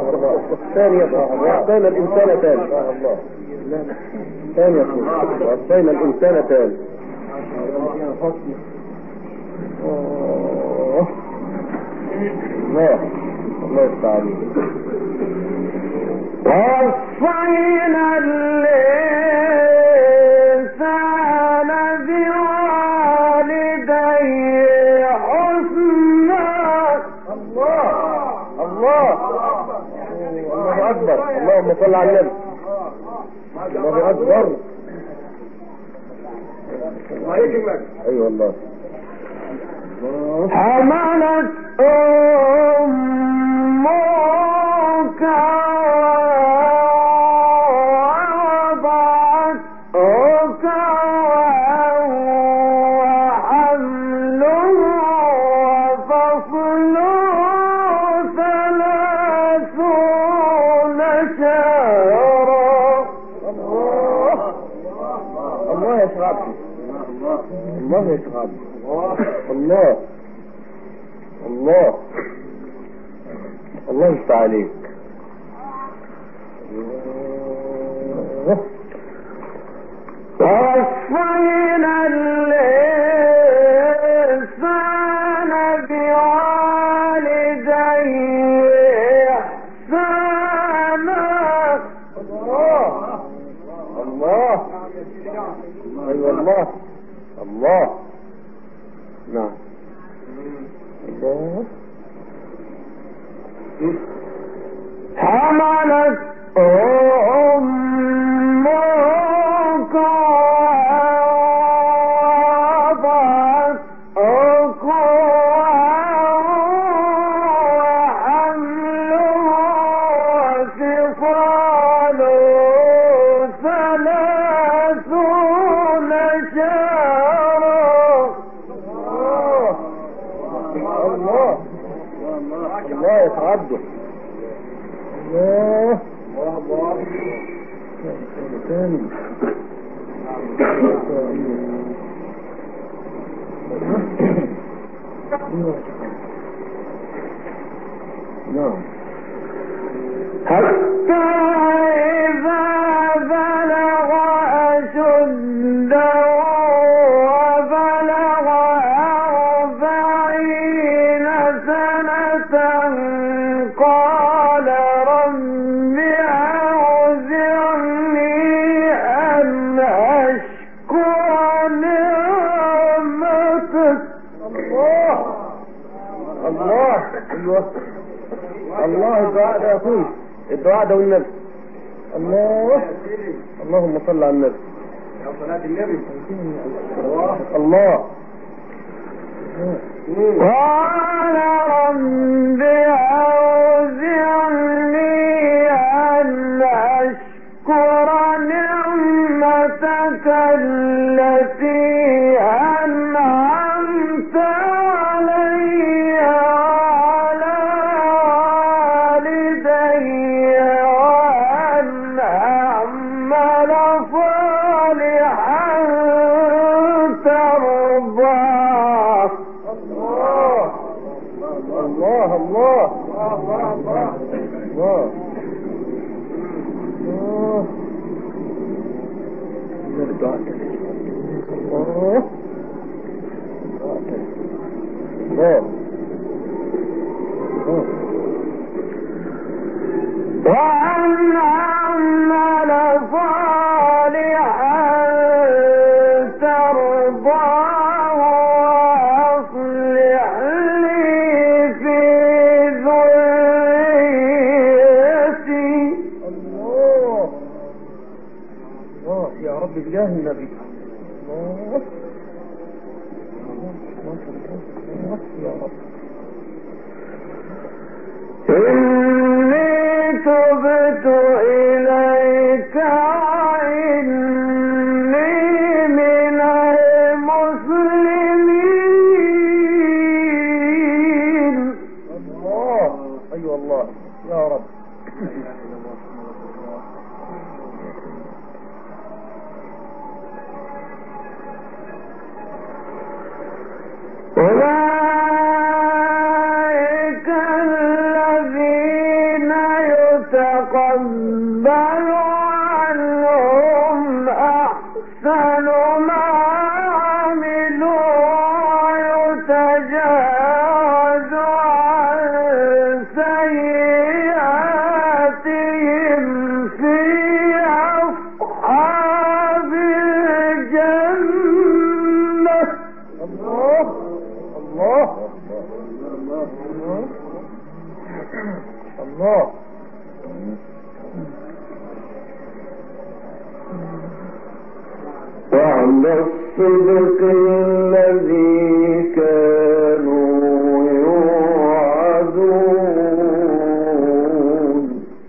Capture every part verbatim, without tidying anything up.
ثانية وأعطينا الإنسان ثاني ثانية وأعطينا الإنسان ثاني. الله الله يستعان. وصينا الإنسان بوالديه حسنا. الله الله الله أكبر. اللهم صل على النبي. الله أكبر. أيوة الله. حملت أمك ووضعتك وحمله وفصله ثلاثون شهرا. الله الله يشرب الله يشرب الله الله الله يفتح عليك. ووصينا الإنسان بوالديه إحسانا. الله الله أيوة الله الله. نعم الله. حملت أمك ووضعتك وحمله وفصاله ثلاثون شهرا. الله الله يتعبد. الله الله ثاني. نعم. حتى إذا بلغ أشده وبلغ أربعين سنة قال رب أوزعني أن أشكر نعمتك. الله الله ايوه الله. الدعاء ده يا اخوي، الدعاء ده والنبي. الله اللهم صل على النبي. يا صلاة النبي. الله. قال رب أوزعني أن أشكر نعمتك التي أنعمت علي وعلى والدي وأن أعمل صالحا ترضاه. الله الله الله الله الله. الدعاء الله الله. وأن أعمل صالحا ترضاه وأصلح لي في ذريتي. الله الله يا رب بجاه النبي. الله الله يا رب. إني تبت إليك وإني من المسلمين. الله أيوة الله يا رب. أولئك الذين الله. وعلى الصدق الذي كانوا يوعدون.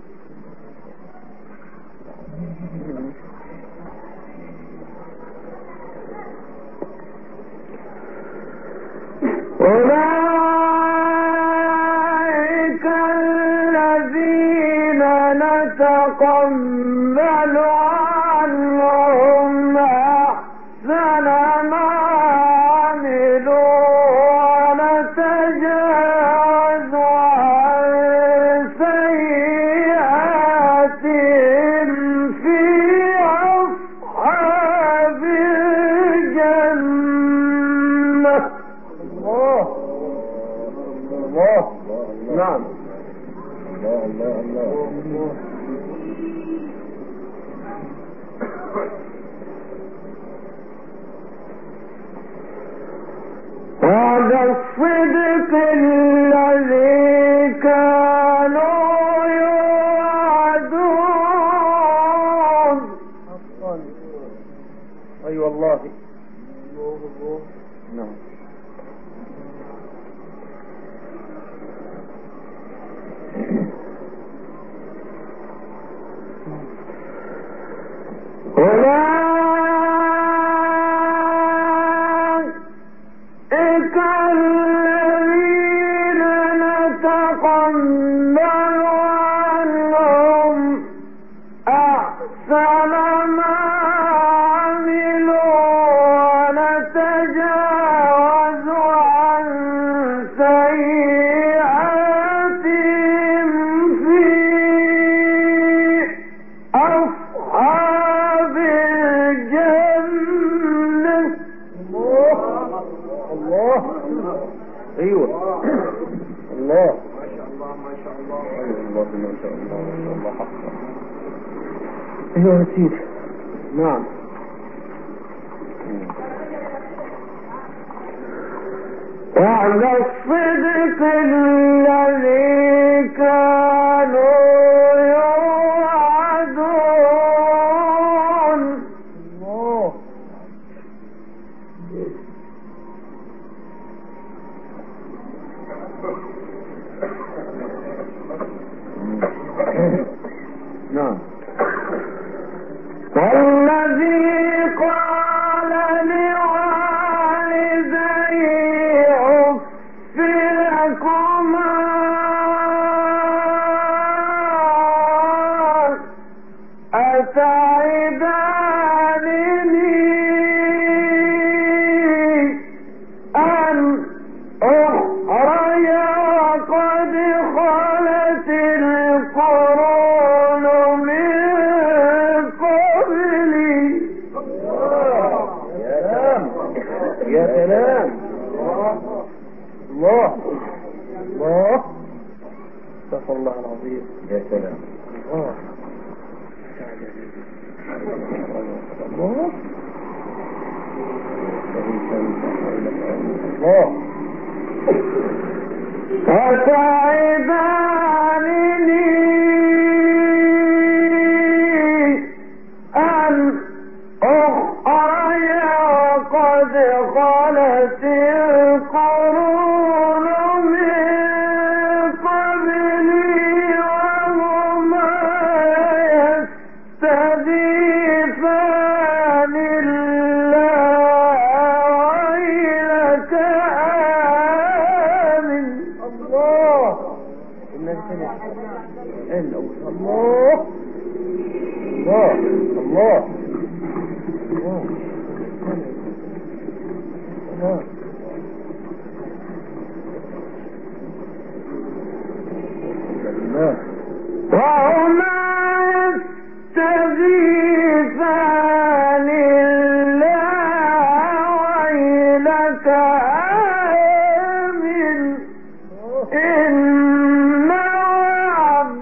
أولئك الذين نتقبل عنهم أحسن ما عملوا ونتجاوز عن سيئاتهم في أصحاب الجنة. الله الله. نعم. الله الله الله. وعلى الصدق الذي كانوا يوعدون. أي والله. نعم. أولئك الذين نتقبل عنهم أحسن ما عملوا ونتجاوز عن سيئاتهم في أصحاب الجنة. الله الله. ايوه الله. ما شاء الله ما شاء الله. ايوه الله ما شاء الله ما شاء الله حقا. ايوه يا سيدي. نعم. وعلى الصدق الذي كانوا يوعدون. الله. نعم. والذي قال لوالديه أف لكما أتعدانني أن أخرج وقد خلت القرون من قبلي. يا سلام يا سلام. الله الله. استغفر الله العظيم. يا سلام. الله الله. الله. أتعدانني أن أخرج وقد خلت القرون من قبلي وهما يستضيفان الله ويلك آمن. الله. إنك سمعت. إنه الله الله الله الله الله. الله. وهما يستغيثان الله ويلك آمن إن وعد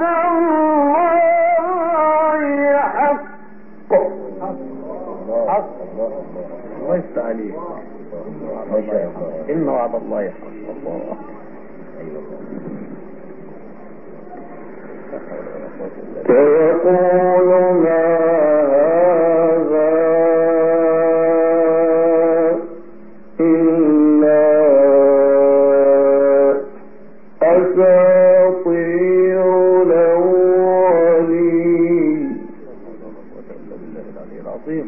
الله حق. حق. الله يفتح عليك. ما شاء الله. إن وعد الله حق. الله. فيقول ما هذا إلا أساطير الأولين. العظيم.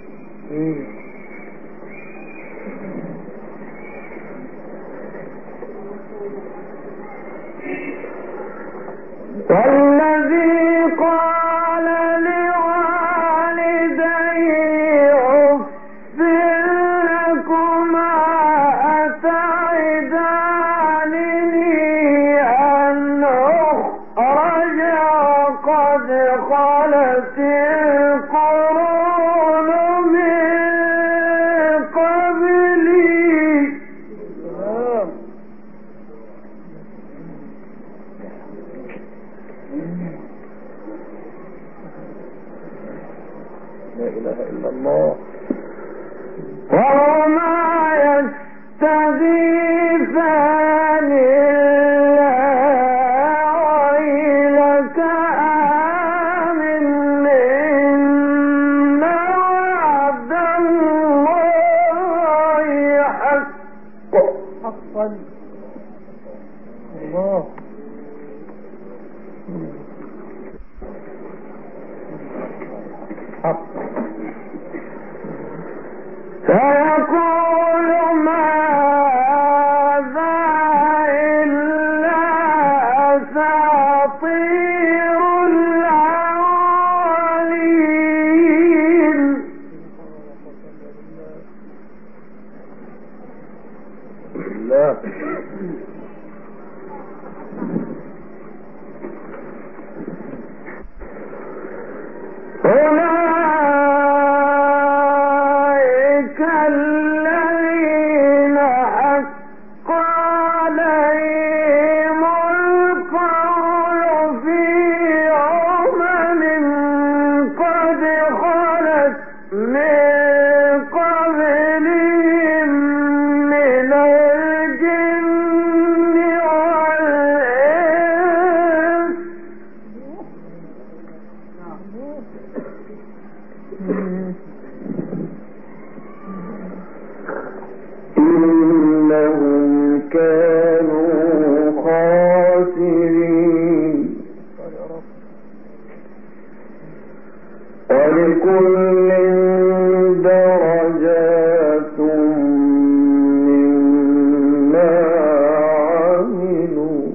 والذي قال لوالديه أف لكما أتعدانني أن أخرج وقد خلت القرون من قبلي. لا إله إلا الله. وما يستغيثان ويلك آمن إن وعد الله حق. حقا. الله. حق. فيقول ماذا إلا أساطير الأولين. لا. أولئك الذين حق عليهم القول في أمم قد خلت من قبلهم من الجن والإنس. إنهم كانوا خاسرين. ولكل درجات مما عملوا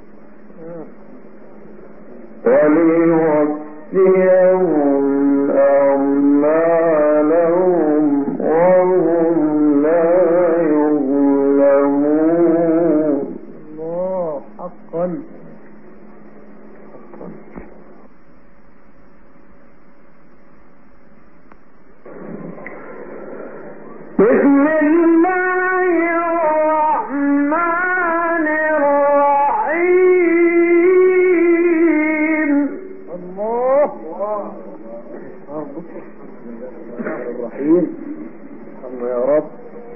وليوفيهم أعمالهم وهم لا يظلمون. الله. حقا. بسم الله الرحمن الرحيم. الله. الرحيم. الله يا رب.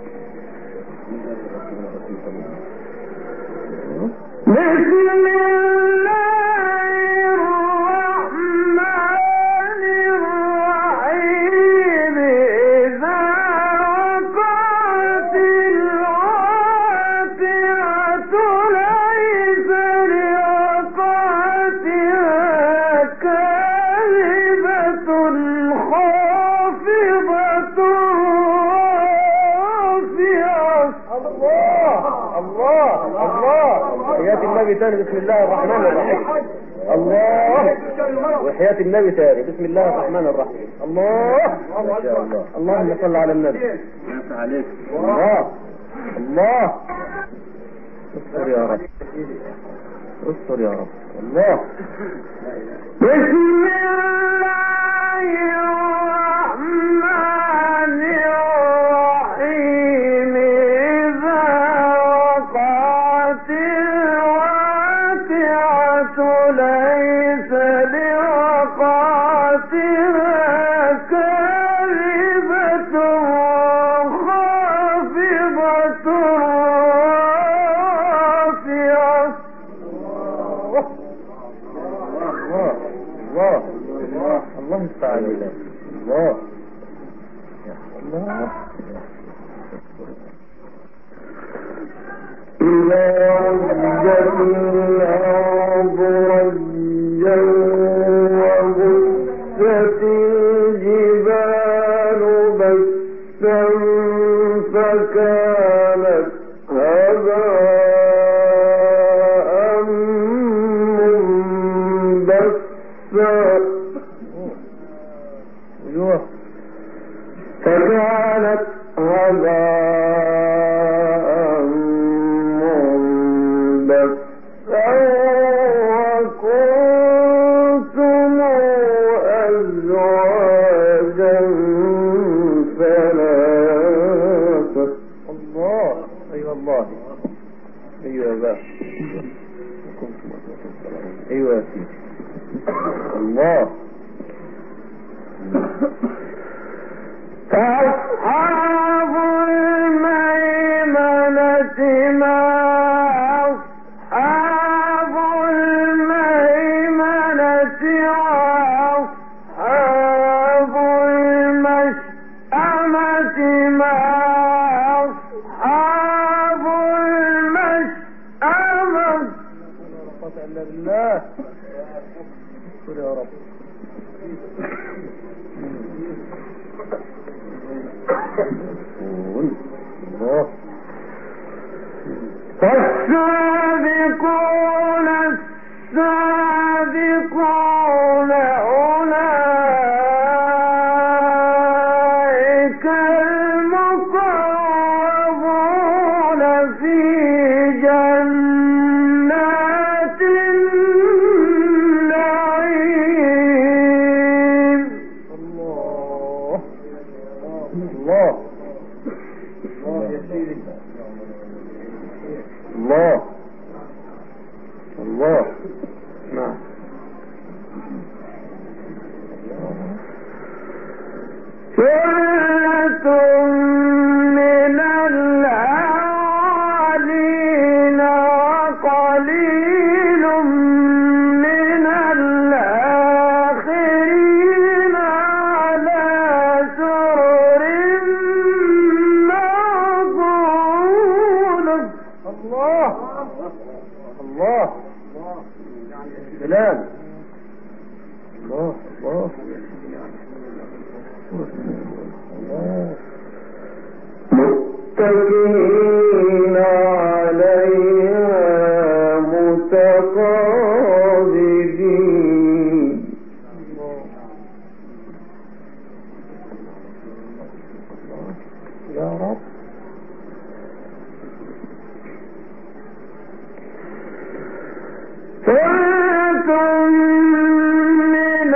بسم الله الرحمن الرحيم. إذا وقعت الواقعة ليس لوقعتها كاذبة خافضة رافعة. الله. الله. الله. وحياة النبي تاني بسم الله الرحمن الرحيم. الله. وحياة النبي تاني بسم الله الرحمن الرحيم. الله. ما شاء الله. اللهم صل على النبي. الله. الله. استر يا رب. استر يا رب. الله. بسم الله الرحمن الرحيم. إذا وقعت الواقعة ليس لوقعتها كاذبة خافضة رافعة. الله. عن الله. الله يا الله. إذا رجت الأرض رجا وبست الجبال بسا فكانت هباء منبثا فكانت هباء منبثا وكنتم أزواجا ثلاثة. الله. أيوة الله. أيوة بقى. أيوة يا سيدي. الله. فأصحاب الميمنة ما أصحاب الميمنة وأصحاب المشأمة ما أصحاب المشأمة. لا قوة إلا بالله. اشكر يا رب. الله. فالسابقون السابقون أولئك المقربون في جنات النعيم. الله. الله. الله يا سيدي. الله. الله. نعم. ثلة من الأولين وقليل من الآخرين على سرر موضونة. الله. الله. سلام. الله. الله. متكئين عليها متقابلين. يا رب. ثلة من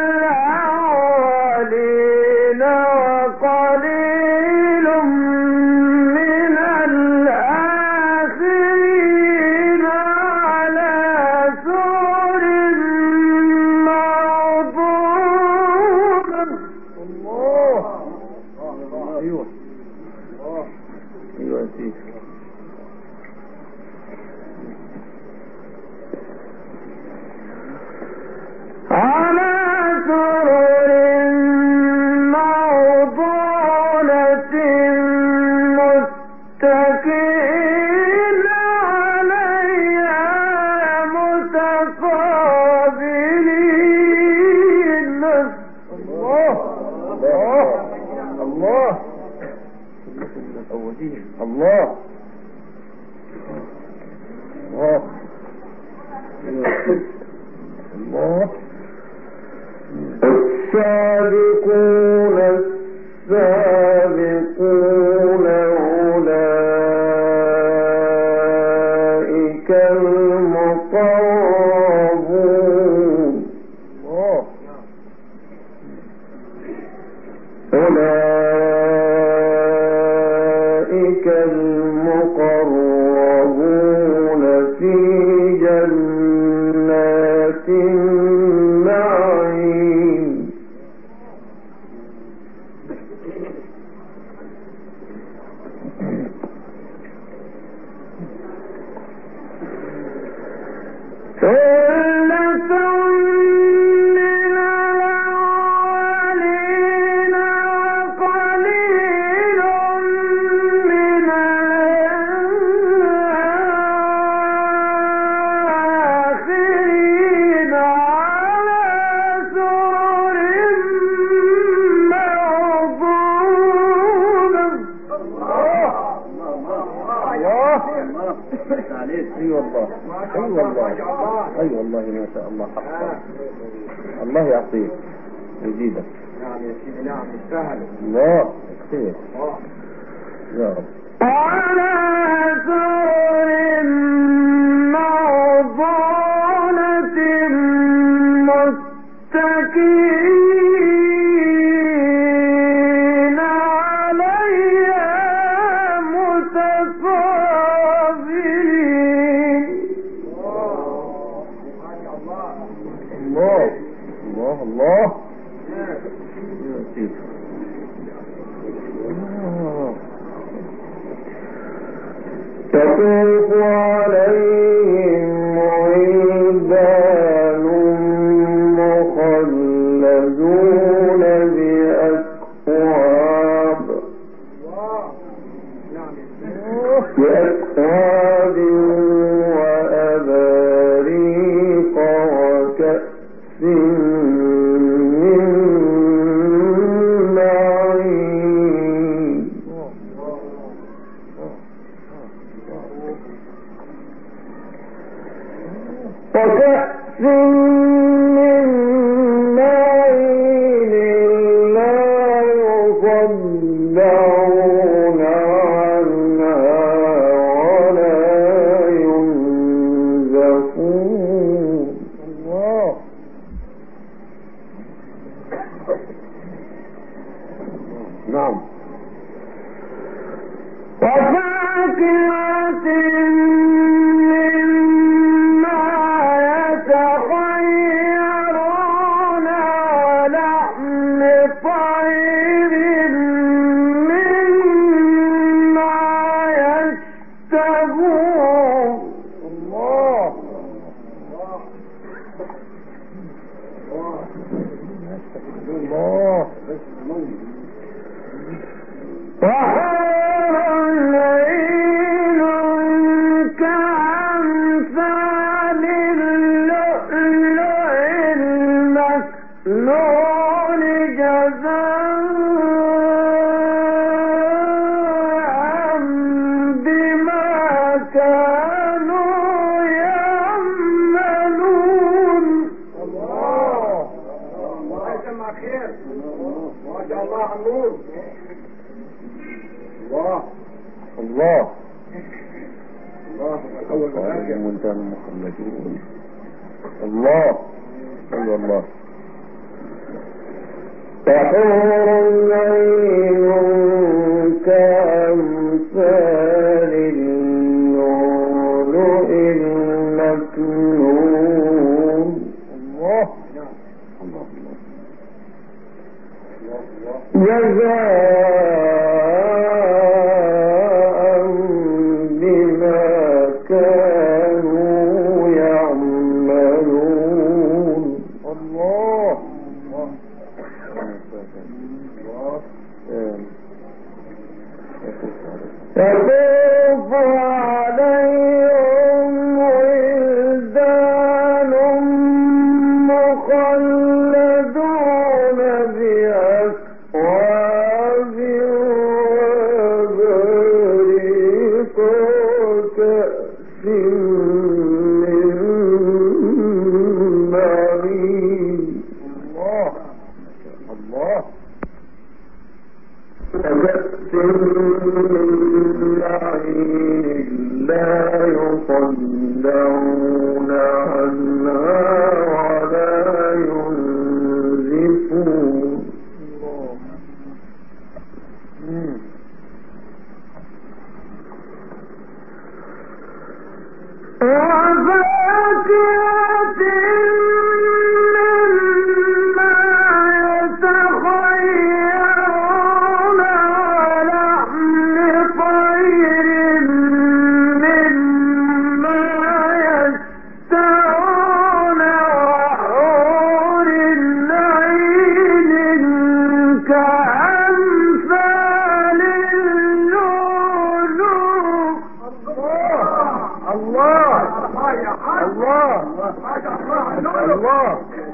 الأولين وقليل من الآخرين على سرر موضونة. الله. أيوة. أيوة يا سيدي. على سرر موضونة متكئين عليها متقابلين. الله. الله. الله. الأولين. الله. الله. الله. السابقون السابقون أولئك المقربون. الله. أولئك المقربون في جنات النعيم. ثلة من الأولين اي أيوة والله ما شاء الله حق. الله يعطيك ويزيدك. نعم يا سيدي نعم يستاهل. الله كثير يا رب. على سرر موضونة متكئين الله تطوف عليهم ولدان مخلدون بأكواب بأكواب وأباريق وكأس وكأس من معين لا يصدعون عنها ولا ينزفون. الله نعم. وفاكهة الله منتهى المخلدون. الله ايوه الله. تحور العين كأمثال اللؤلؤ المكنون. الله الله جزاء بما كانوا يعملون. الله يطوف عليهم ولدان مخلدون بأكواب وأباريق وكأس من معين. الله الله وكأس من معين لا يصدعون عنها ولا ينزفون. وفاكهة مما يتخيرون ولحم طير مما يشتهون وحور العين كأمثال اللؤلؤ. الله الله الله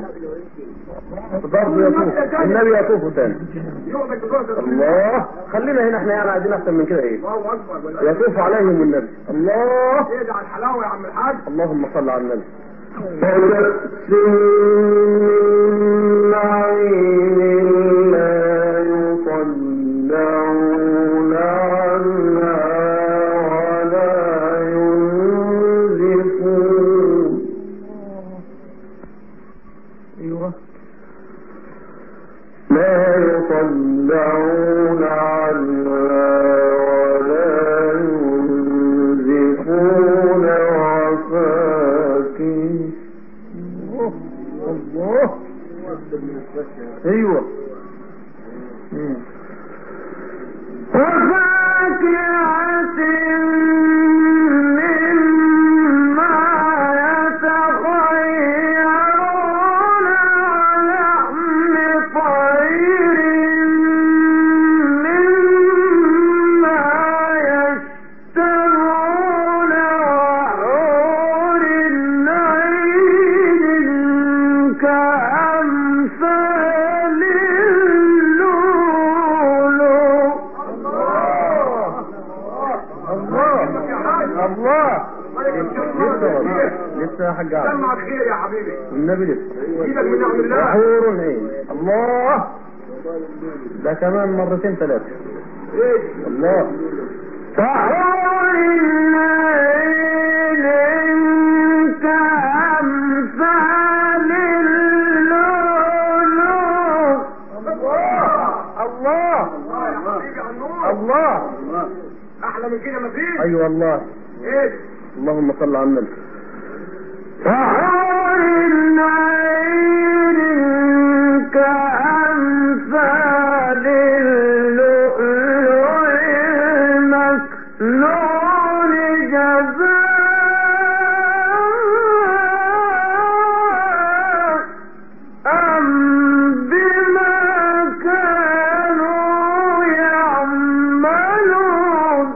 برضه يطوف النبي يطوف تاني. الله خلينا هنا احنا يعني عايزين احسن من كده ايه. يطوف عليهم النبي. الله ايه ده على الحلاوه يا عم الحاج. اللهم صل على النبي. ايوه وفاكهة مما يتخيرون ولحم طير مما يشتهون وحور العين كأمثال الله لسه يا حاج عبد سمع الخير يا حبيبي النبي لسه ايدك من نعم الله حور العين الله ده كمان مرتين ثلاثة الله فحور العين كأمثال اللؤلؤ الله الله احلى من كده مفيش ايوه والله ايه اللهم صل على النبي فحور العين كأمثال اللؤلؤ المكنون جزاء أم بما كانوا يعملون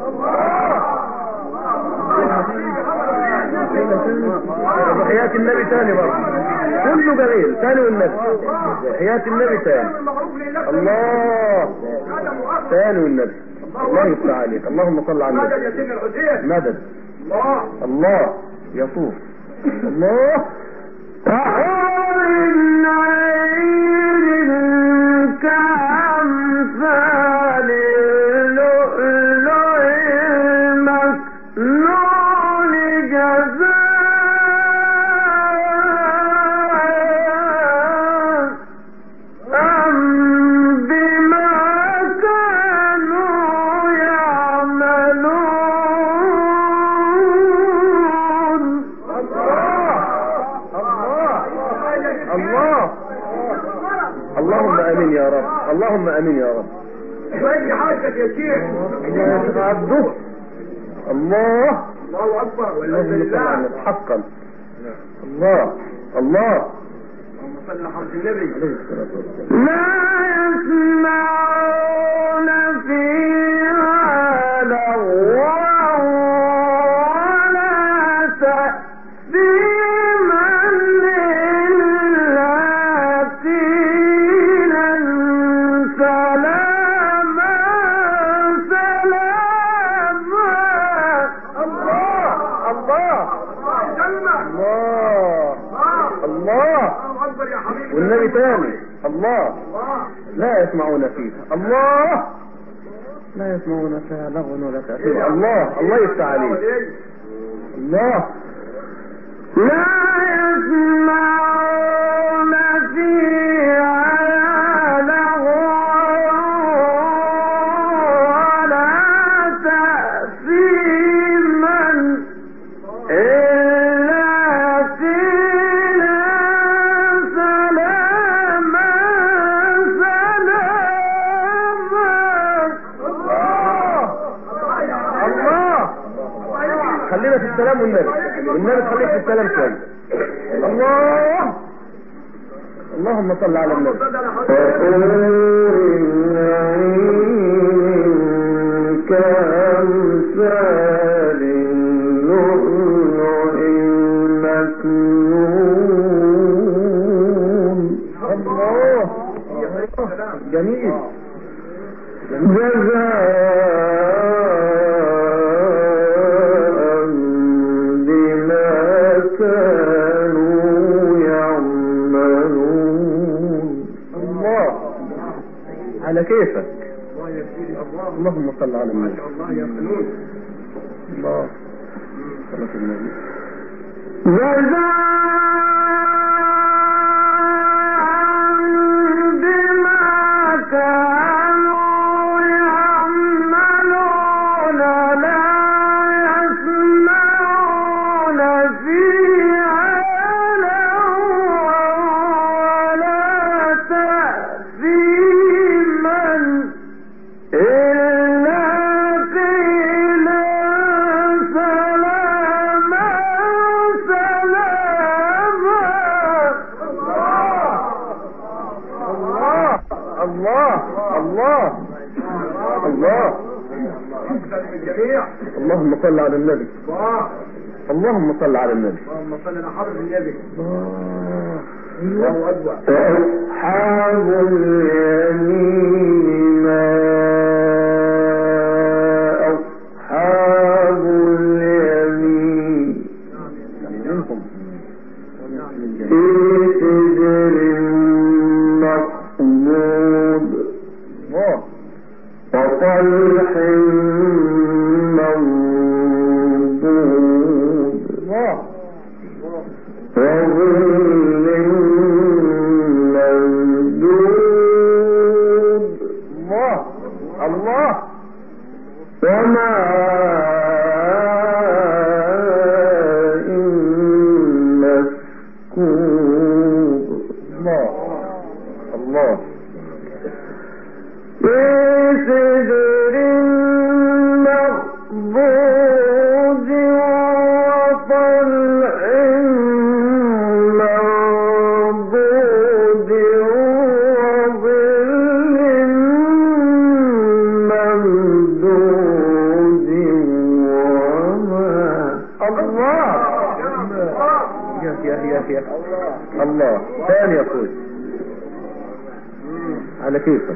حياة النبي تاني برضه كله جميل تاني والنبي حياة النبي تاني الله تاني والنبي الله يفتح عليك اللهم صل على مدد النبي يا سيدنا الحسين مدد الله الله يطوف الله فحور العين كأمثال اللؤلؤ المكنون جزاء أم بما كانوا يعملون الله اللهم امين يا رب اللهم امين يا رب شوية حاجتك يا شيخ يا شيخ عبده الله الله اكبر والحمد اللهم صل على لله النبي حقا الله الله اللهم صل على حضرة النبي عليه الصلاة والسلام لا يسمعون فيها لغوا ولا تأثيما إلا قيلا سلاما سلاما الله الله سلمى الله الله الله اكبر يا حبيبي والنبي تاني الله الله لا يسمعون فيها الله لا يسمعون فيها لغوا ولا تأثير الله الله يفتح عليك الله لا يسمعون فيها لغوا ولا تأثيما إلا قيلا سلاما سلاما الله خلينا في السلام والنبي والنبي خليك في السلام شوية الله اللهم صل على النبي كأمثال اللؤلؤ المكنون الله جميل جزاء بما كانوا على كيفك. الله يا سيدي الله. اللهم صل على ما النبي. شاء الله يا فنون. الله صلاة النبي. اللهم صل على النبي. اللهم صل على النبي. اللهم صل على حضرة النبي. الله الله أكبر. أصحاب اليمين ما أصحاب اليمين في سدر مخضود وطلح منضود وظل ممدود الله وماء مسكوب. الله الله في سدر مخضود وطلح منضود وظل ممدود وماء. يا يا يا يا الله. ثاني يا اخوي على كيفك.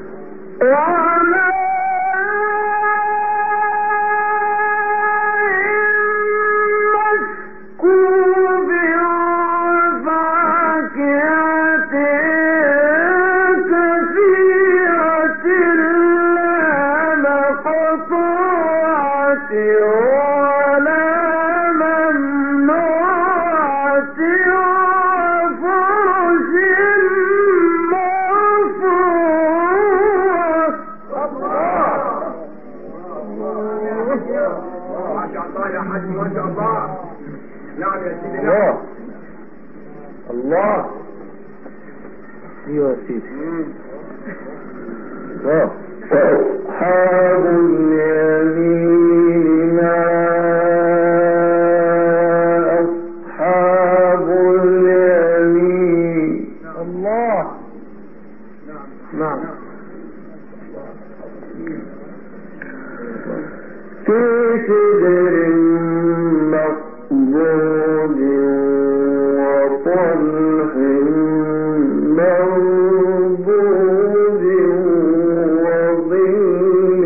الله الله ايوه يا سيدي. الله أصحاب اليمين ما أصحاب اليمين. الله نعم. في سدر مخضود وطلح منضود وظل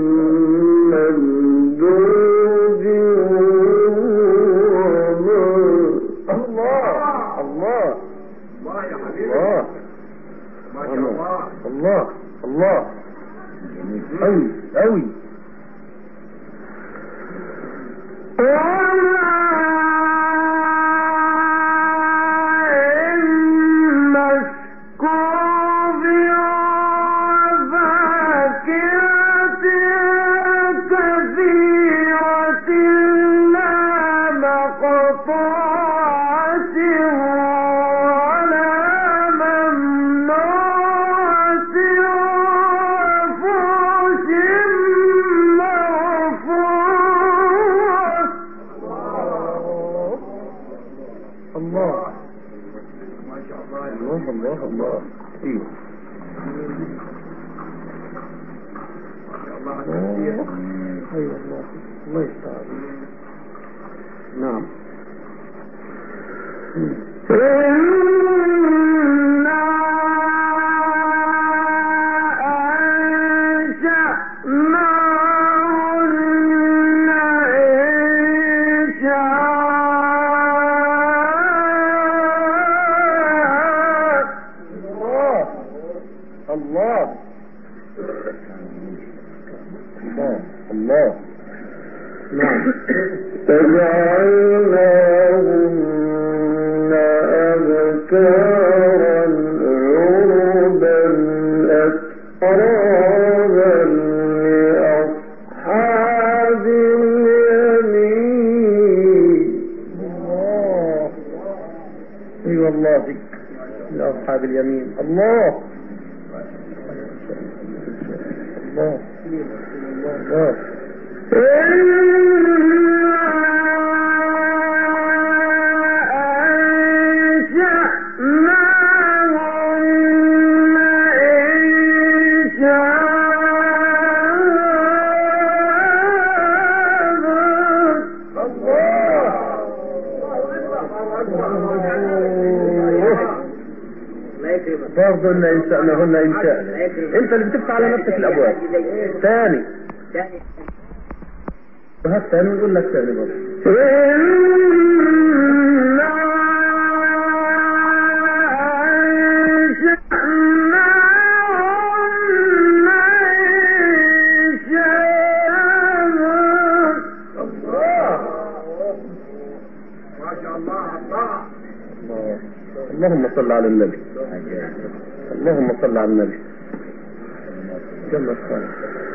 ممدود وماء. الله الله الله يا حبيبي. الله ما شاء الله. الله الله قوي قوي. الله الله الله ايوه. الله ايوه الله الله يستعان. نعم. الله الله. نعم. فجعلناهن أبكارا عربا أترابا لأصحاب اليمين. الله. اي والله بك لأصحاب اليمين. الله الله الله. برضه ان انشأناهن انشاء. انت اللي بتفتح على نفسك الابواب. ثاني وهات ثاني ونقول لك ثاني برضه. اللهم صل على النبي. اللهم صل على النبي. كم الصلاة.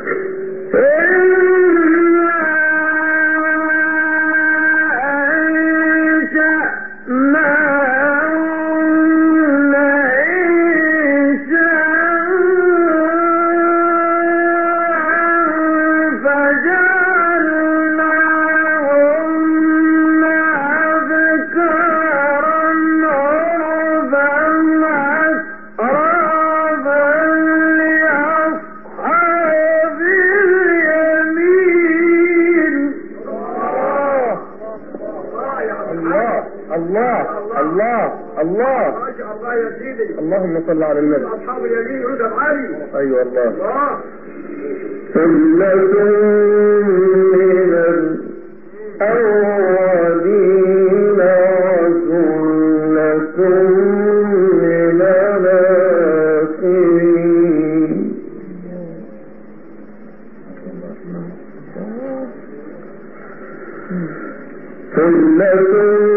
اللهم صل على النبي. أصحاب اليمين رضا علي. أيوة الله. ثلة من الأولين وثلة من الآخرين. ثلة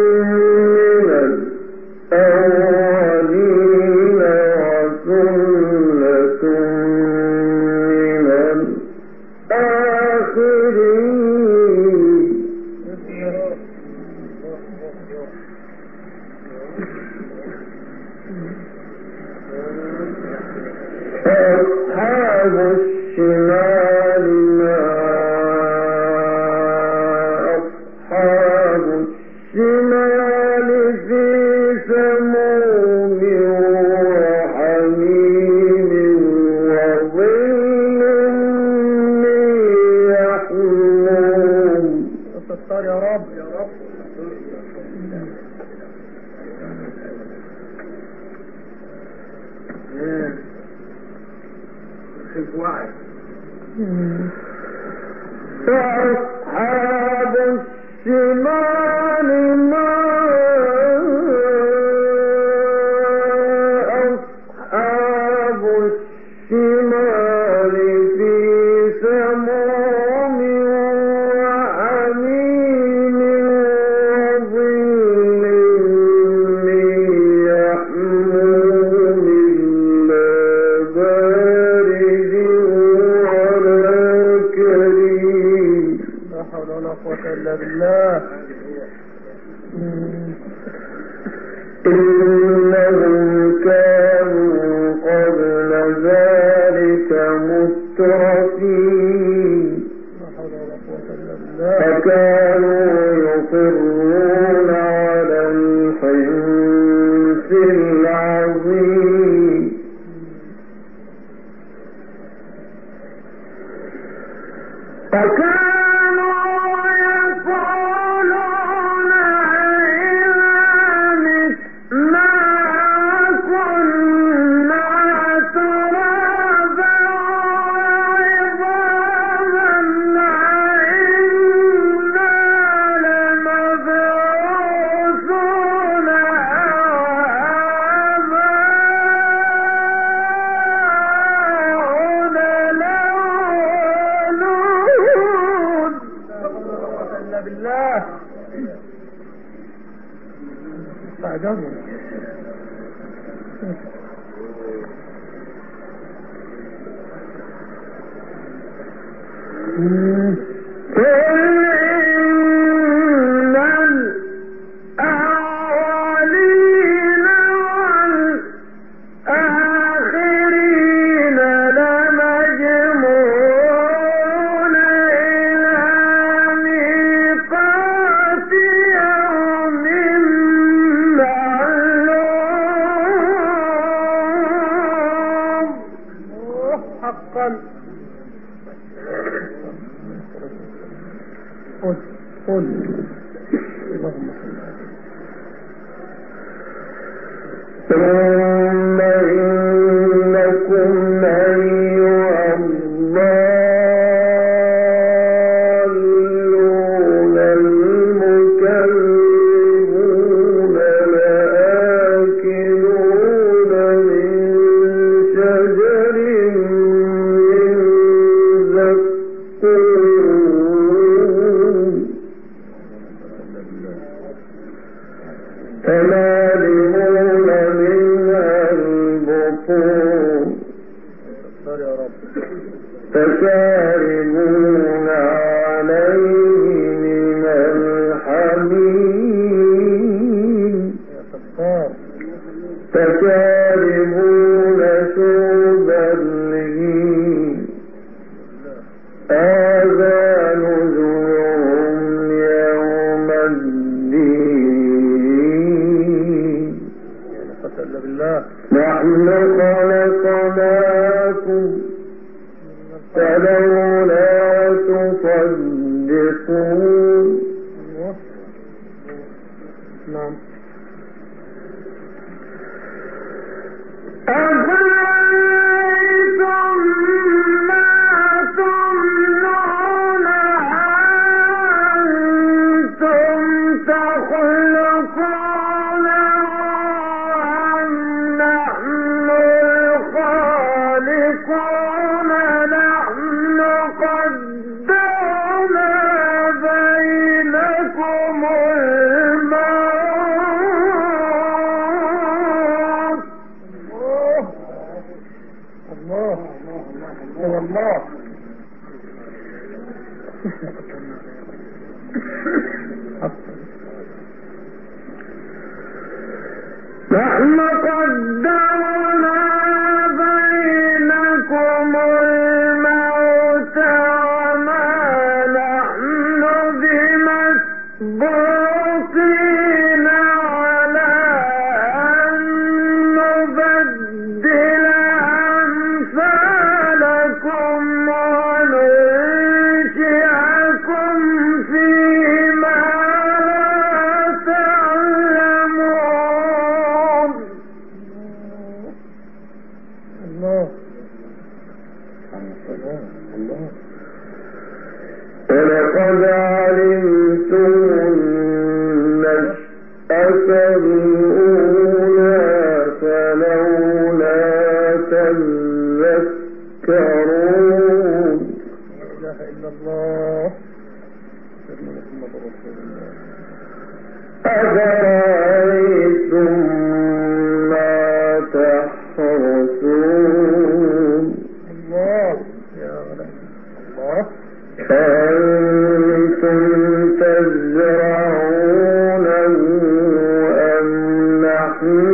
وأصحاب الشمال ما أصحاب الشمال في سموم وحميم وظل من يحموم لا بارد ولا كريم. لا حول ولا قوة إلا بالله. إنهم كانوا قبل ذلك مترفين فكانوا يصرون على الحنث العظيم. فكانوا يقولون إذا متنا تعجبني. فشاربون عليه من الحميم فشاربون شرب الهيم هذا نزلهم يوم الدين نحن خلقناكم فلولا تصدقون. نعم. أفرأيتم ما تمنون أنتم تخلقونه أم نحن الخالقون نحن قدرنا بينكم الموت. الله الله الله نحن قدرنا بينكم الموت وما نحن بمسبوقين على أن نبدل أمثالكم وننشئكم فيما لا تعلمون. الله الله ولقد علمتم النشأة الأولى فلولا تذكرون. لا إله إلا الله سيدنا محمد رسول الله. أفرأيتم ما تحرثون. الله يا غلام الله. أأنتم تزرعونه أم نحن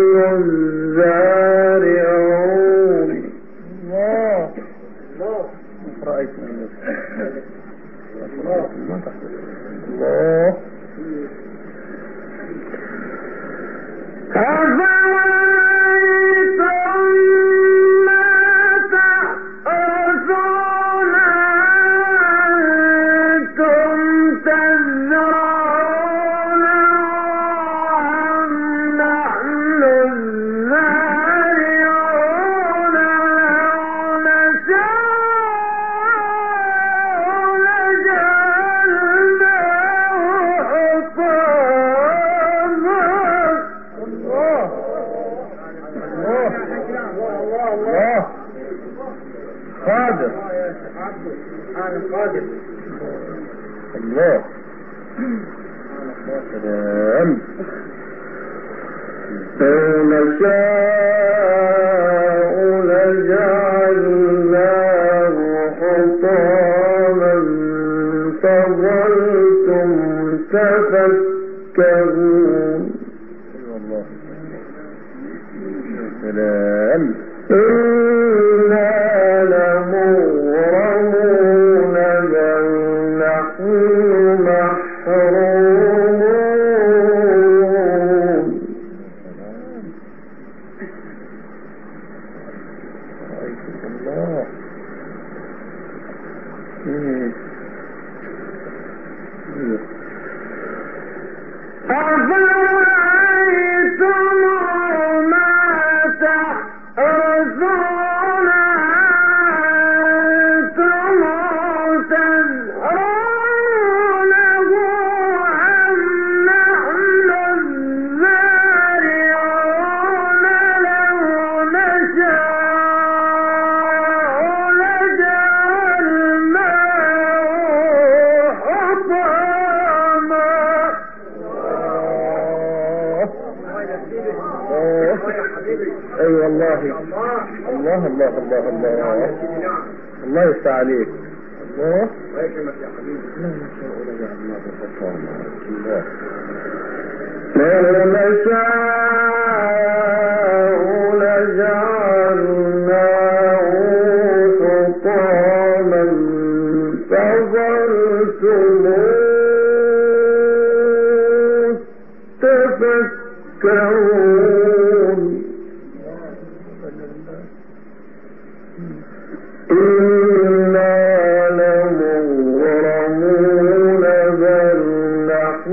الزارعون. الله الله رأيت من الله ما تحدث الله. أفرأيتم ما تحرثون أنتم تزرعونه أم نحن الزارعون لو نشاء لجعلناه حطاما. الله الله الله قادر قادر الله سلام. لو نشاء لجعلناه حطاما فظلتم تفكرون. الله سلام. إنا لمغرمون بل نحن محرومون. الله. مم. مم. أفرأيتم ما تحرثون أنتم تزرعونه أم نحن الزارعون لو نشاء لجعلناه حطاما. اي والله. الله الله الله الله الله يفتح عليك. الله لا نشاء لجعلناه حطاما. لو نشاء لجعلناه حطاما فظلتم تفكرون. إنا لمغرمون بل نحن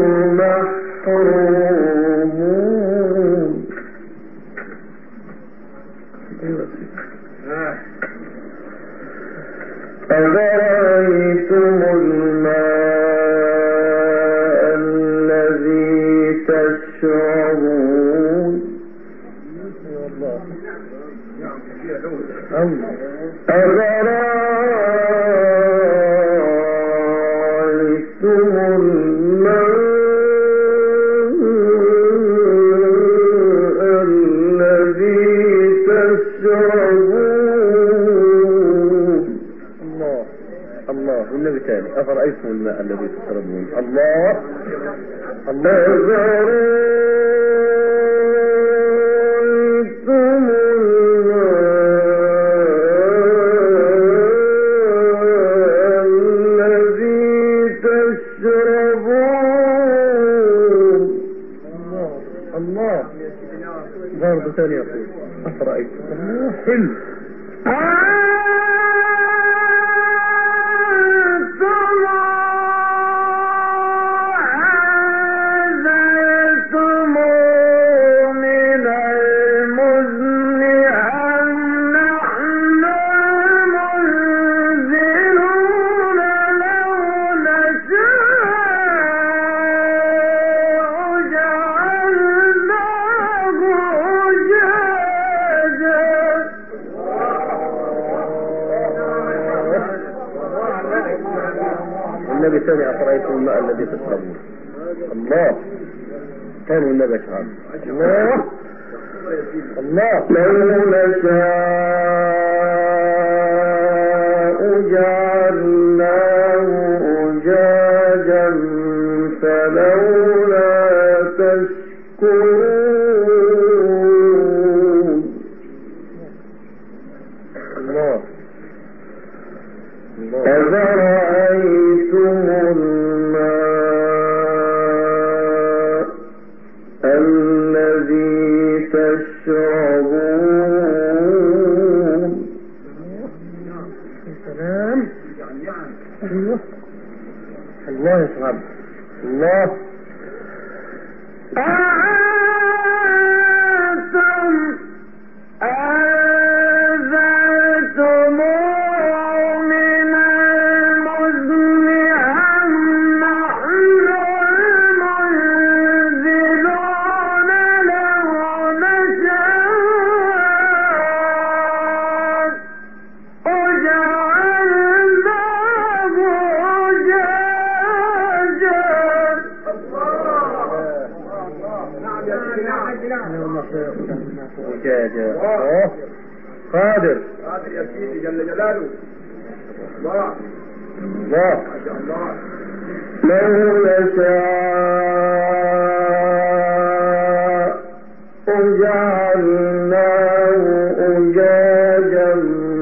محرومون. أفرأيتم الماء الذي تشربون أفرأيتم الماء الذي تشربون. الله الله. والنبي تاني. أفرأيتم الماء الذي تشربون. الله الله. أفرأيتم الماء الذي تشربون. الله الله. برضه ثاني يقول أفرأيتم. الله حلو. النبي ثاني. أفرأيتم الماء الذي تشربون. الله ثاني. النبي أشعر. الله الله. لو نشاء جعلناه أجاجا فلولا تشكرون. الله الله. أفرأيتم الماء الذي تشربون. سلام. الله الله يسعد. الله. أأنتم أنزلتموه من المزن أم نحن المنزلون لو نشاء وجعلناه أجاجا. وجاجة الله قادر قادر يا سيدي جل جلاله الله الله ما شاء الله لو نشاء جعلناه أجاجا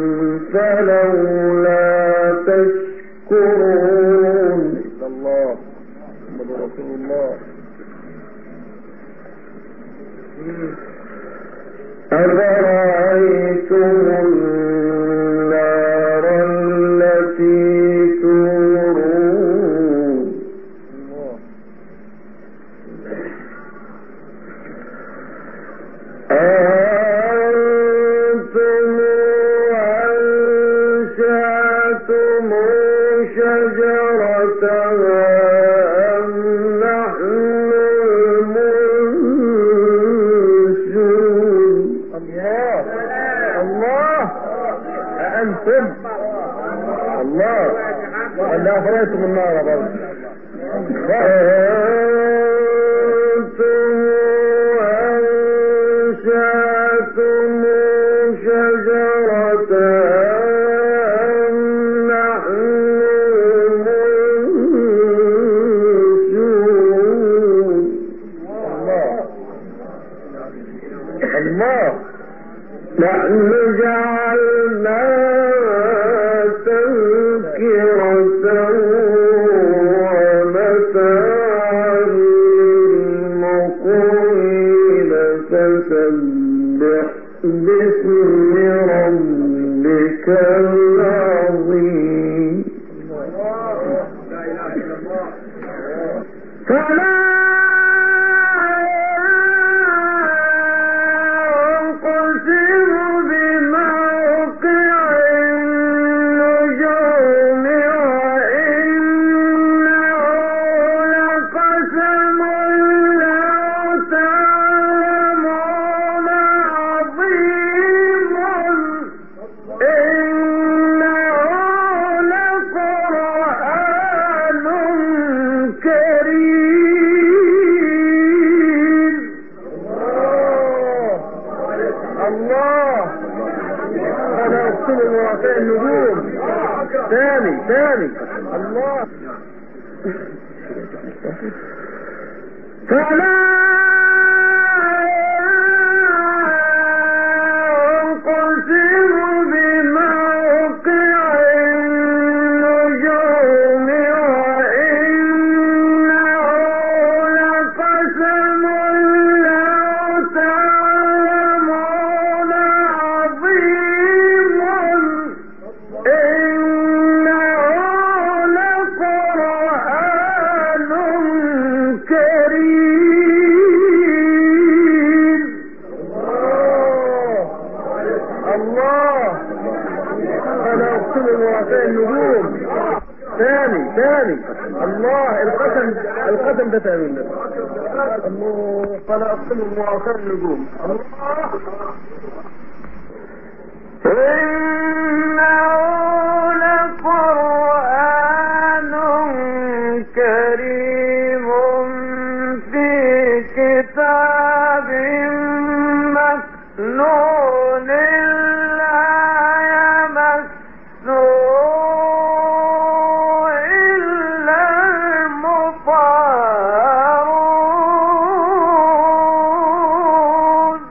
فلولا تشكرون. الله محمد رسول الله. أفرأيتم النار التي تورون أأنتم أنشأتم شجرتها أم نحن المنشرون. الله الله أأنتم الله ولا أفرأيتم النار برضه أأنتم أنشأتم شجرتها أم نحن المنشرون. الله الله نحن جعلناها تذكرة ومتاعا للمقوين فسبح باسم ربك العظيم. لا اله الا الله فلا أقسم بموقع النجوم وإنه لقسم لو تعلمون عظيم إنه لقرآن كريم. الله أنا أقسم بمواقع النجوم. ثاني ثاني الله فلا أقسم بموقع النجوم وإنه لقسم لو تعلمون عظيم إنه لقرآن كريم. الله أنا أقسم بمواقع النجوم. ثاني ثاني الله القسم القسم ده ثاني النبي. الله فلا أقسم بمواقع النجوم. الله إنه لقرآن كريم في كتاب مكنون لا يمسه إلا المطهرون.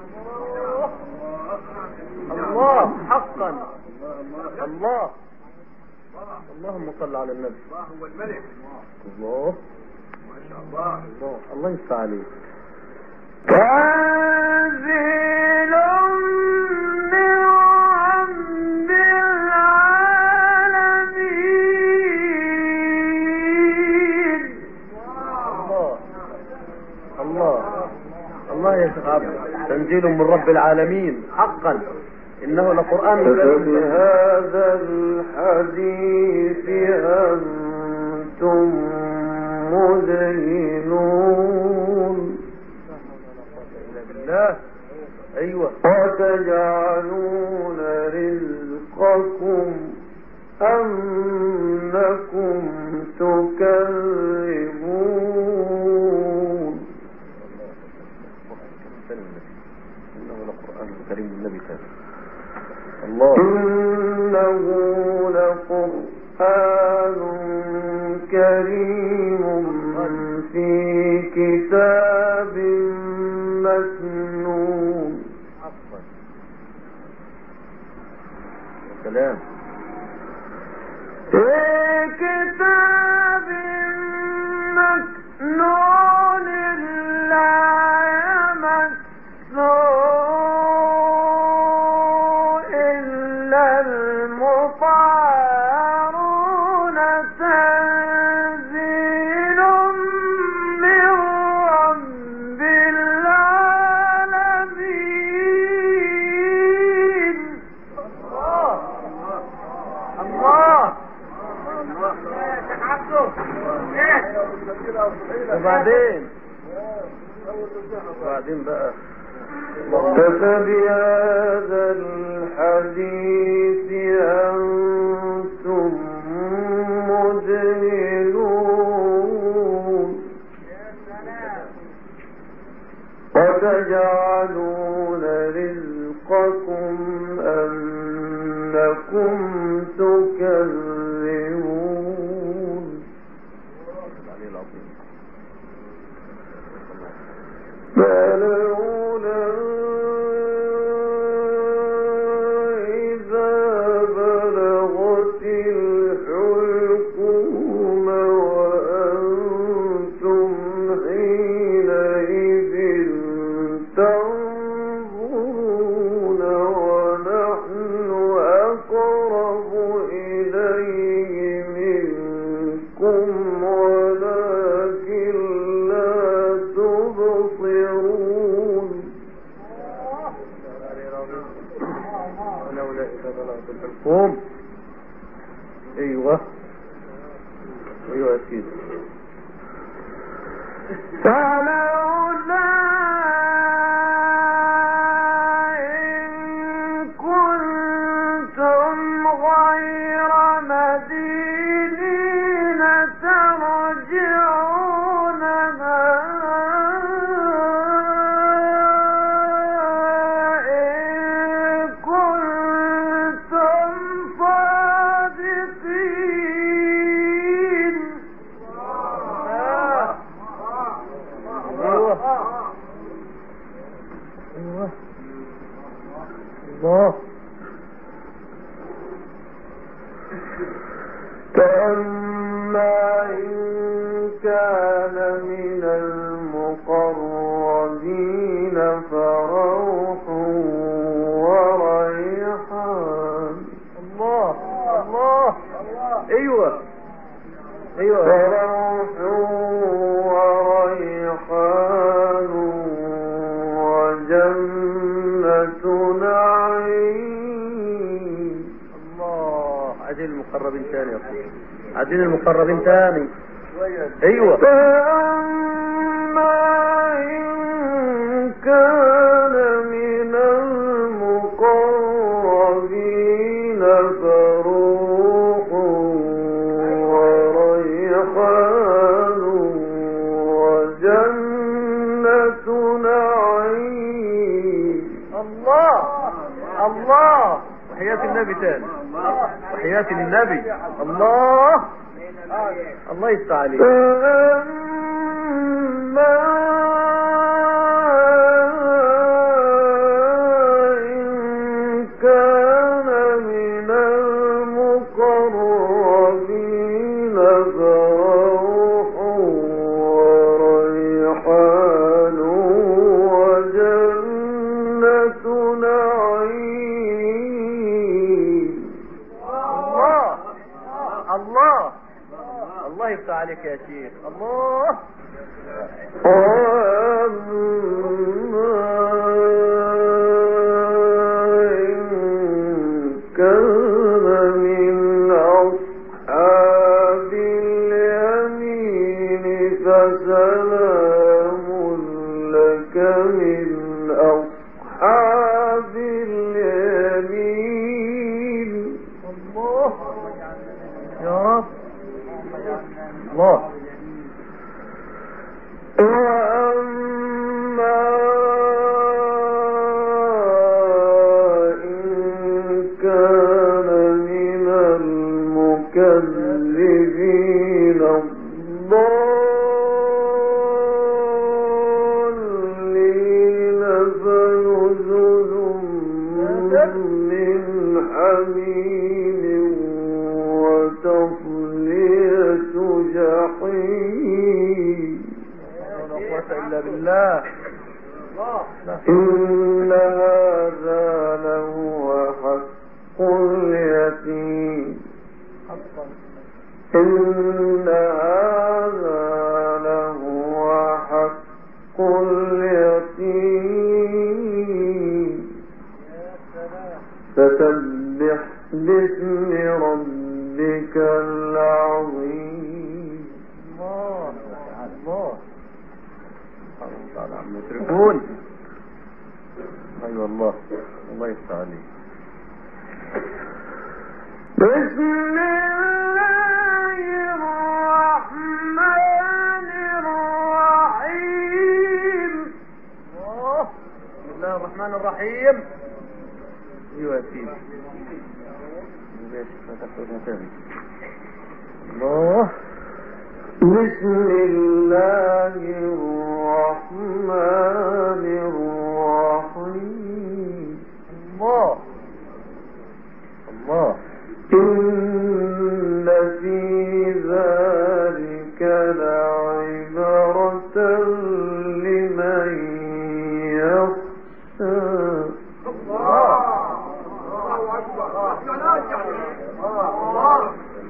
الله حقا الله اللهم صل على النبي. الله هو الملك الله ما شاء الله الله الله يفتح عليك. تنزيل من رب العالمين. الله الله الله يا شيخ عبد تنزيل من رب العالمين حقا إنه لقرآن هذا الحديث أنتم مدهنون. بالله أيوة وتجعلون رزقكم أنكم تكذبون. ثاني من النبي، إنه لقرآن كريم من النبي ثاني. الله إنه لقرآن كريم في كتاب مكنون. سلام. في كتاب مكنون لا يمسه إلا المطهرون تنزيل من رب العالمين. الله وبعدين وبعدين بقى فبهذا الحديث أنتم مدهنون وتجعلون رزقكم أنكم تكذبون. فلولا إذا بلغت الحلقوم وأنتم حينئذ تنظرون ونحن أقرب إليه منكم ولكن لا تبصرون. ولولا إذا بلغت الحلقوم. أيوة أيوة يا سيدي. فلولا إن كنتم غير مدينين ترجعونها إن كنتم صادقين. أيوة أيوة الله. فأما إن كان من المقربين فروح وريحان. الله الله. أيوة أيوة فروح وريحان وجنة نعيم. الله. عايزين المقربين تاني يا أخوي، عايزين المقربين تاني. أيوة. فأما إن كان من المقربين فروح وريحان وجنة نعيم. الله الله. وحياة النبي تاني، وحياة النبي. الله الله يستر عليك. فأما إن كان من المقربين فروح وريحان وجنة نعيم. الله الله الله يفتح عليك يا شيخ. الله. وأما إن كان من أصحاب اليمين فسلام لك من أصحاب اليمين. الله يا رب. الله. إن هذا لهو حق اليقين إن هذا لهو حق اليقين فسبح باسم ربك العظيم. الله الله الله المشركون. ايوه الله الله يفتح عليك. بسم الله الرحمن الرحيم. الله بسم الله الرحمن الرحيم. ايوه يا سيدي ماشي فتحتها تاني. الله بسم الله الرحمن الرحيم. الله الله إن في ذلك لعبرة لمن يخشى. الله الله أكبر. الله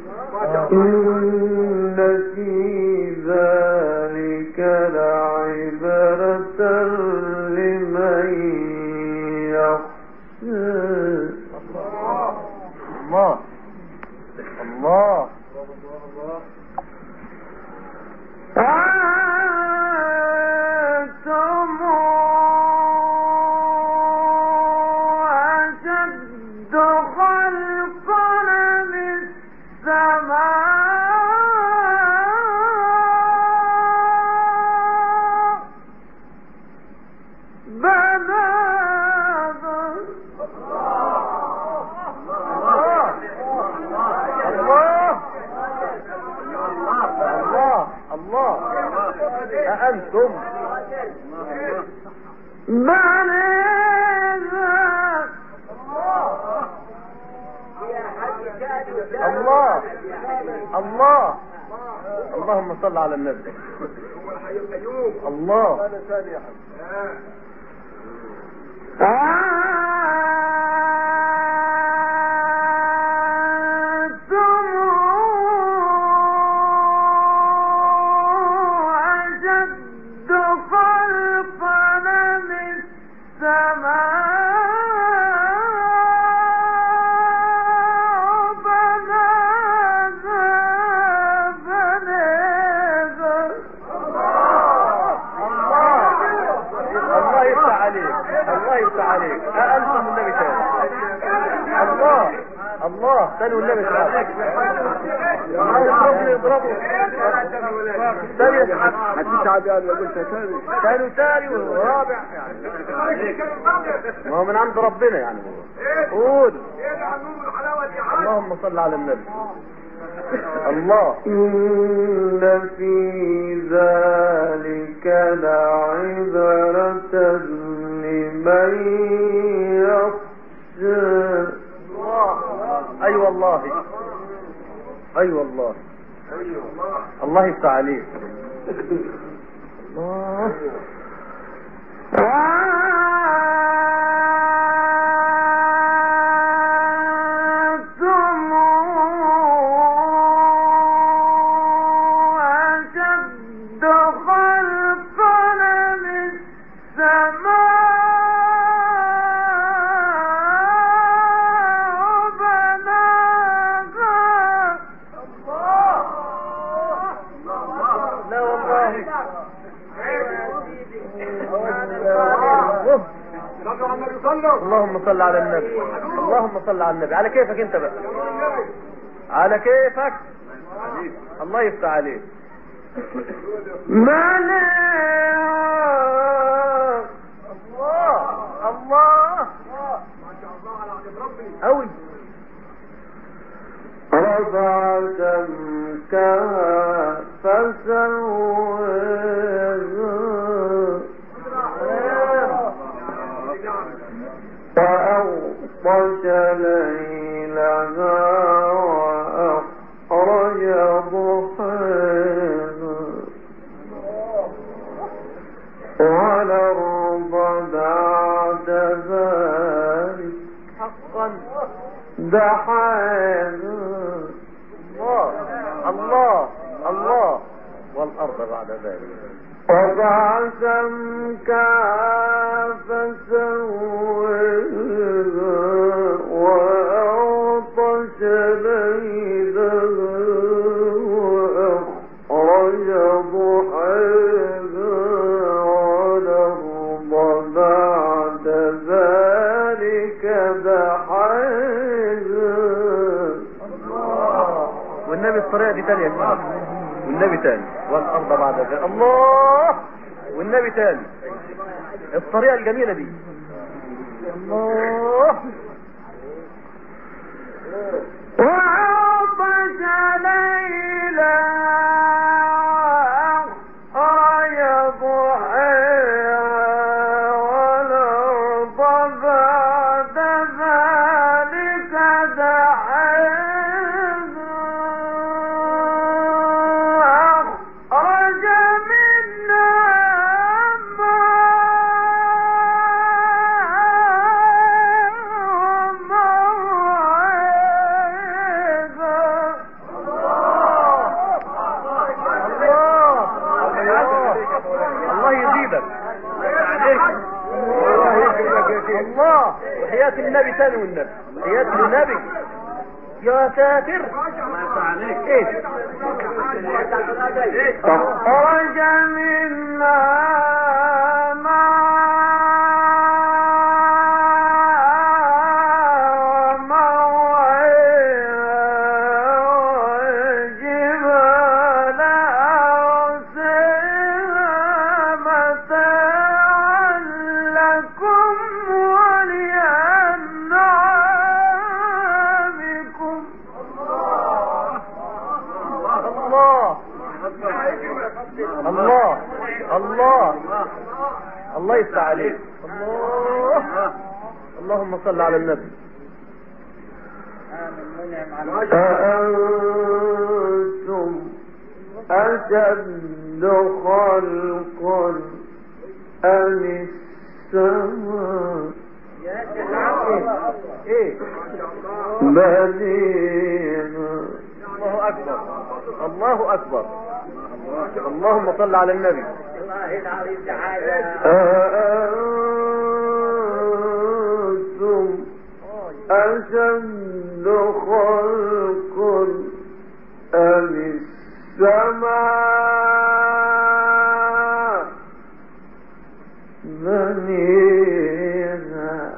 إن في ذلك لعبرة لمن يخشى. الله الله أنتم أشد خلقا من السماء بناها. الله أأنتم بنيها. الله الله اللهم صل على النبي. الله عليك. أأنتم النبي تاني. الله الله تاني والنبي تعالى. يضربني يضربه تاني يسحب. هتسعد يا اللي قلت تاني. تاني وتاني ورابع يعني. ما هو من عند ربنا يعني. قول. اللهم صل على النبي. الله. إن في ذلك لعبرة لمن يخشى. أي والله أي والله الله يفتح عليك. الله اللهم صل على النبي. اللهم صل على النبي. على كيفك انت بقى، على كيفك. الله يفتح عليك. ملك الله الله قوي. رفع سمكها فسواها وأغطش ليلها وأخرج ضحاها والأرض بعد دحاها الله الله الله والأرض بعد ذلك وضع سمكها فسواها وأغطش ليلها وأخرج ضحاها والأرض بعد ذلك دحاها. والنبي الطريقة دي تانية يا جماعة. والنبي تاني والأرض بعد ذلك الله. والنبي تاني الطريقة الجميلة دي الله. وأغطش ليلها وأخرج ضحاها والأرض بعد ذلك دحاها أخرج منها الله يزيدك الله. وحياة النبي تاني والنبي حياة النبي يا ساتر ايه أخرج منها الله الله الله يفتح عليك الله. اللهم صل على النبي. أأنتم أشد خلقا أم السماء ايه بنيها. الله اكبر الله اكبر. اللهم صل على النبي. أأنتم أشد خلقا أم السماء بنيها.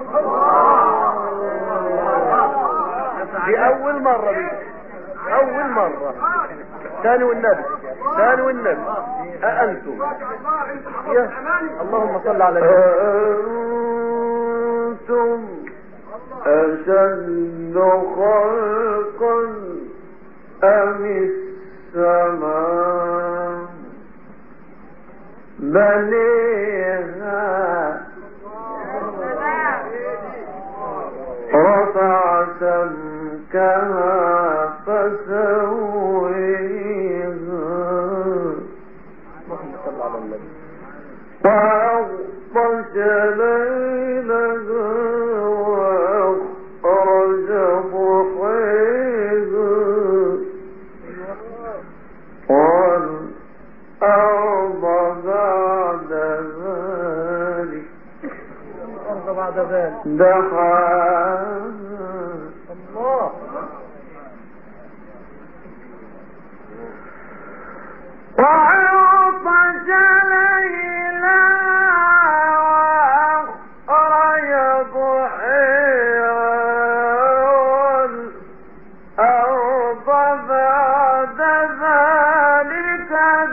دي اول مرة دي اول مرة. ثاني والنبي ثاني والنبي. أأنتم يا اللهم صل على النبي. أأنتم أشد خلقا أم السماء بنيها رفع سمكها فسويها وأغطش ليلها وأخرج ضحاها والأرض بعد ذلك الأرض بعد ذلك دحاها. الله وأغطش ليلها وأخرج ضحاها والأرض بعد ذلك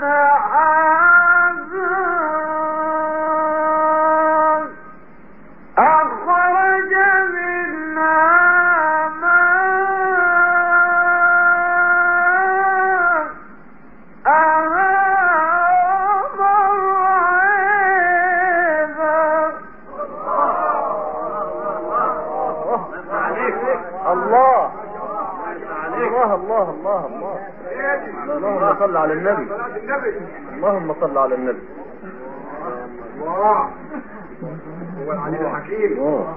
دحاها أخرج منها الله الله الله الله الله. اللهم صل على النبي. اللهم صل على النبي. هو العليم الحكيم. الله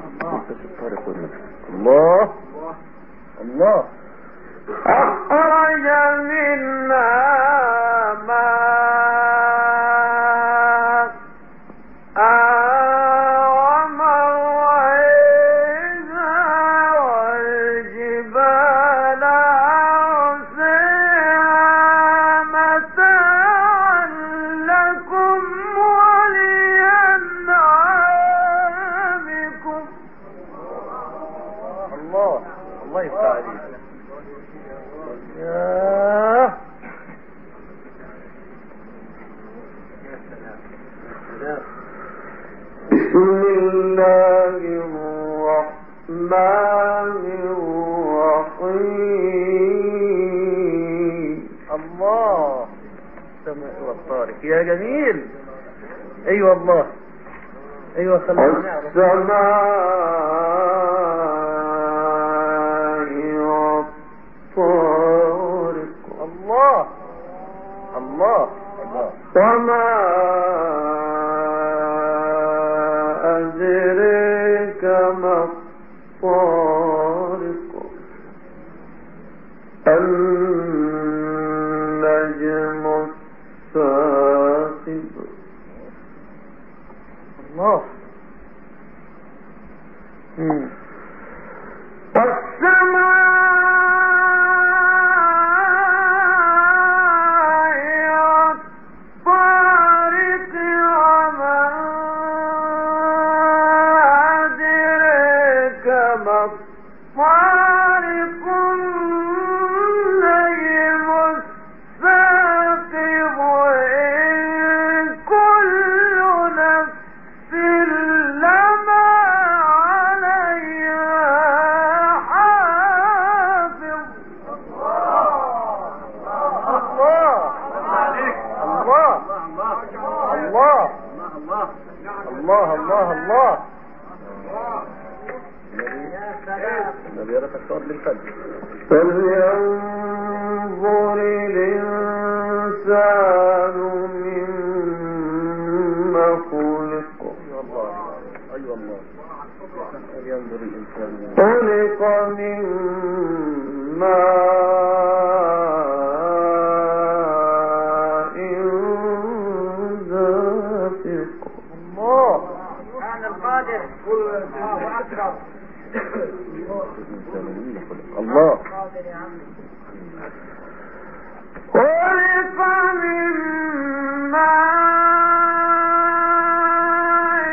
الله الله. أخرج منها يا جميل. ايوه الله. ايوه خلينا نعرف. السماء والطارق. الله الله الله. وما أدريك ما الطارق. النجم الثاقب. الله. الله الله الله. النبي رفع الصوت للقلب. فلينظر الإنسان مما خلق. أيوة الله أيوة الله. فلينظر الإنسان خلق من ماء دافق. الله. سبحان القادر. الله. خلق من ماء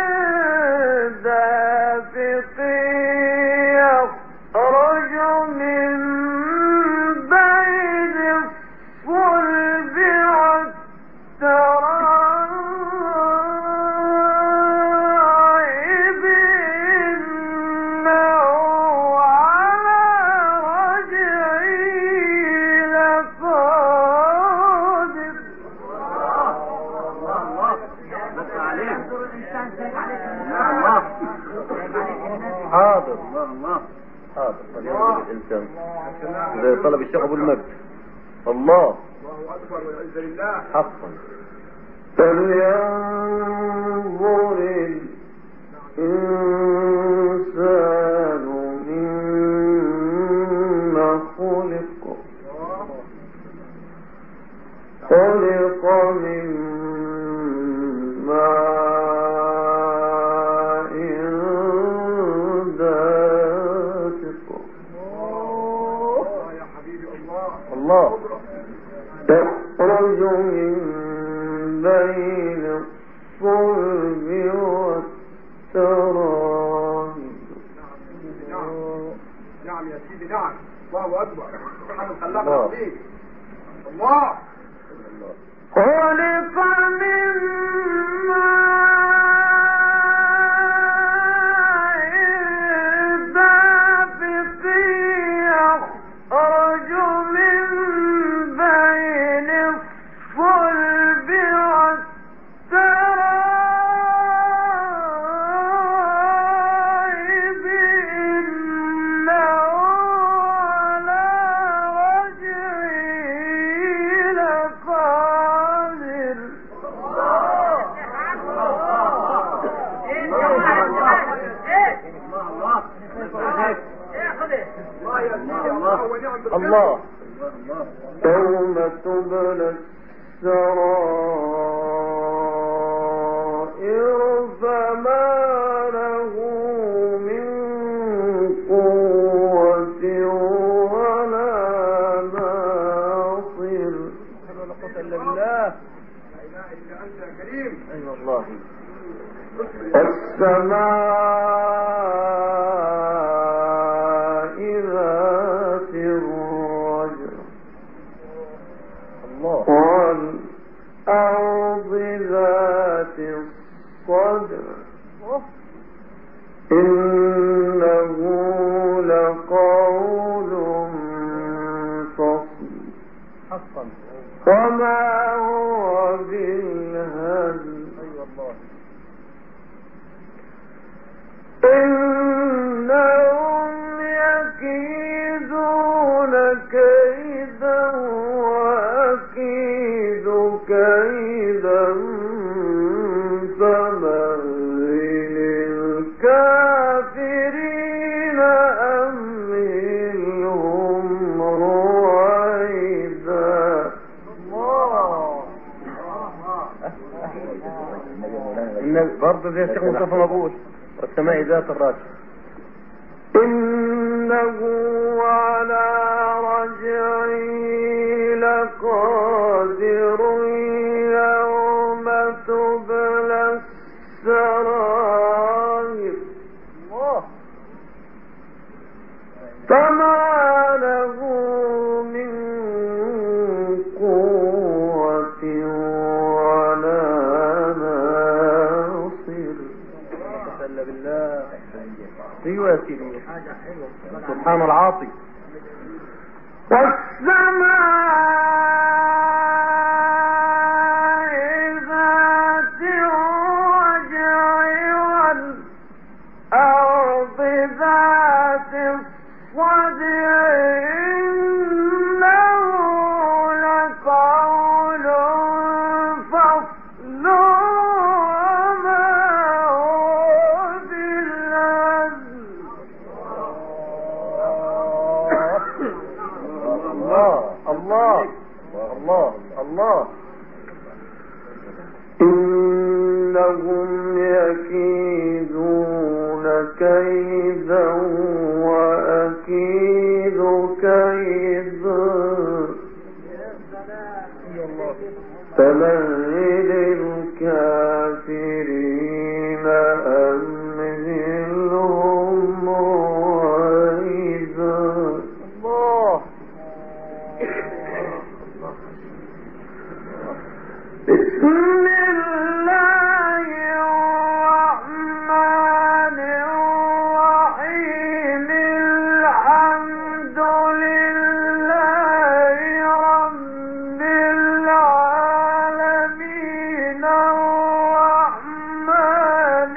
دافق يخرج من بين الصلب والترائب إنه على رجعه لقادر. حاضر حاضر. فلينظر الإنسان زي طلب الشيخ أبو المجد. الله الله أكبر والعز لله. حقا. فلينظر الإنسان مما خلق. خلق من ماء دافق. يا حبيبي الله. الله. تخرج من بين الصلب والترائب. نعم يا سيدي نعم. الله أكبر. سبحان الخلاق الله. العظيم. الله. خلق من ماء دافق يخرج من بين الصلب والترائب إنه على رجعه لقادر. الله. يوم تبلى السرائر فما له من قوة ولا ناصر. ولا قوة إلا بالله. أي والله. والسماء ذات الرجع والأرض ذات الصدع إنه لقول فصل حقا. وما هو بالهزل. أي والله. إنهم يكيدون كيدا وأكيد كيدا فمهل الكافرين أمهلهم رويدا. الله. برضه زي الشيخ مصطفى مقبول والسماء ذات الراجع. إنه على رجعه لقادر يوم تبلى السرائر فما له من قوة ولا ناصر. إلا بالله. ايوه يا سيدي. سبحان العاصي. والسماء ذات الرجع والأرض ذات الصدع إنه لقول فصل وما هو بالهزل. الله الله الله. إنهم يكيدون كيدا وأكيد كيدا فمهل الكافرين أمهلهم رويدا. الله. بسم الله الرحمن الرحيم الحمد لله رب العالمين الرحمن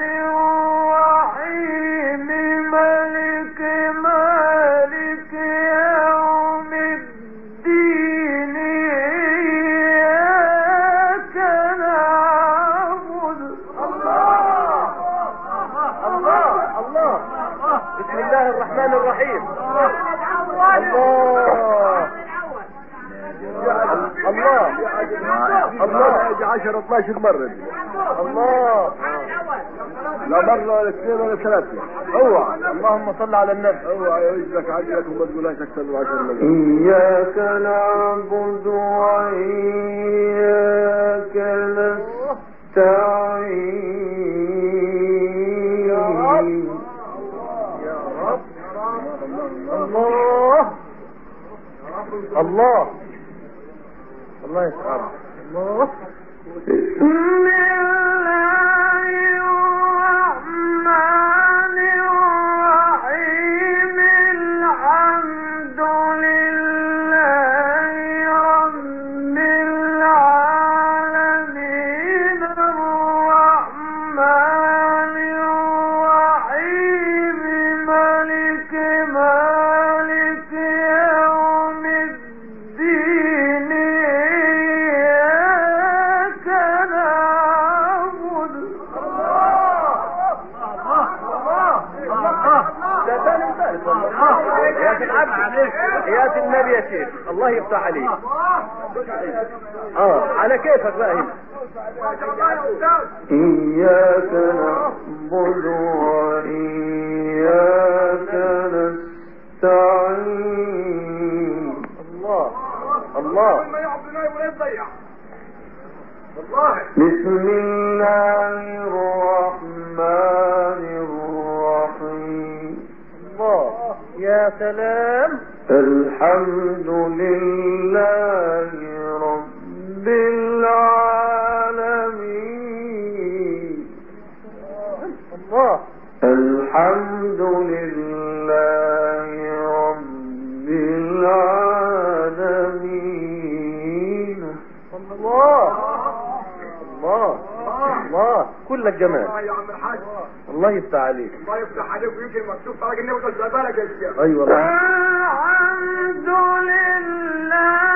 الرحيم مالك مالك يوم الدين إياك نعبد. الله الله. بسم الله الرحمن الرحيم. الله الله الله. عشرة اثناشر مرة. الله. لا مرة ولا اثنين ولا ثلاثة. اوعى. اللهم صل على النبي. اوعى يوجدك عجلك وما تقولهاش اكثر من عشر مرات. إياك نعبد وإياك نستعين. يا رب يا رب. الله الله الله يسعدك. الله. بسم الله الرحمن الرحيم الحمد لله رب العالمين الرحمن الرحيم مالك مالك يوم الدين إياك نعبد. ده ثاني وثالث والله. يا سلام عليك. وحياة النبي يا شيخ الله يفتح عليك. اه على كيفك بقى هنا. إياك نعبد وإياك نستعين. الله الله. بسم الله الرحمن الرحيم. الله يا سلام. الحمد لله رب العالمين. الله الحمد لله رب العالمين. الله الله الله كلك جمال. الله يفتح عليك. الله يفتح عليك ويمكن مكتوب على النبي صلى الله عليه وسلم. ايوه الحمد لله